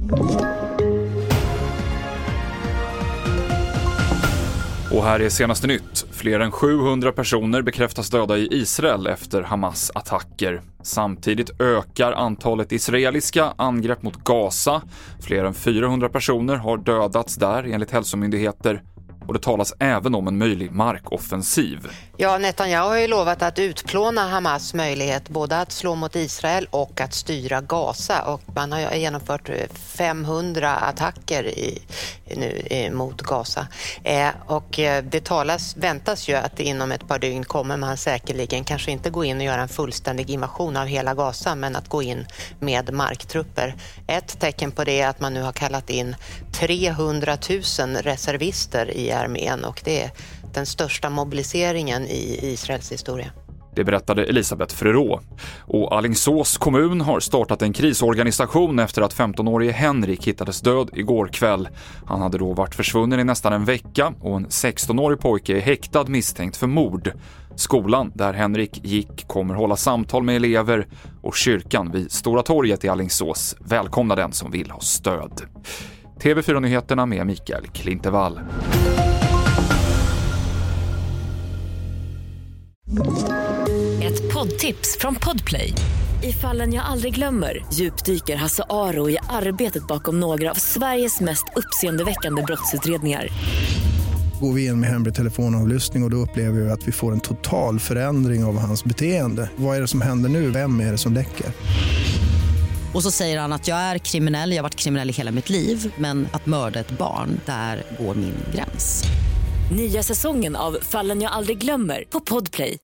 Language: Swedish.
Och här är senaste nytt. Fler än 700 personer bekräftas döda i Israel efter Hamas attacker. Samtidigt ökar antalet israeliska angrepp mot Gaza. Fler än 400 personer har dödats där enligt hälsomyndigheter. Och det talas även om en möjlig markoffensiv. Ja, Netanyahu har ju lovat att utplåna Hamas möjlighet både att slå mot Israel och att styra Gaza. Och man har genomfört 500 attacker mot Gaza. Och det väntas ju att inom ett par dygn kommer man säkerligen kanske inte gå in och göra en fullständig invasion av hela Gaza, men att gå in med marktrupper. Ett tecken på det är att man nu har kallat in 300 000 reservister i armén, och det är den största mobiliseringen i Israels historia. Det berättade Elisabeth Frerot. Och Alingsås kommun har startat en krisorganisation efter att 15-årige Henrik hittades död igår kväll. Han hade då varit försvunnen i nästan en vecka och en 16-årig pojke är häktad misstänkt för mord. Skolan där Henrik gick kommer hålla samtal med elever, och kyrkan vid Stora torget i Alingsås välkomnar den som vill ha stöd. TV4-nyheterna med Mikael Klintevall. Ett poddtips från Podplay. I Fallen jag aldrig glömmer djupdyker Hasse Aro i arbetet bakom några av Sveriges mest uppseendeväckande brottsutredningar. Går vi in med hemlig telefonavlyssning och då upplever vi att vi får en total förändring av hans beteende. Vad är det som händer nu? Vem är det som läcker? Och så säger han att jag är kriminell, jag har varit kriminell i hela mitt liv. Men att mörda ett barn, där går min gräns. Nya säsongen av Fallen jag aldrig glömmer på Podplay.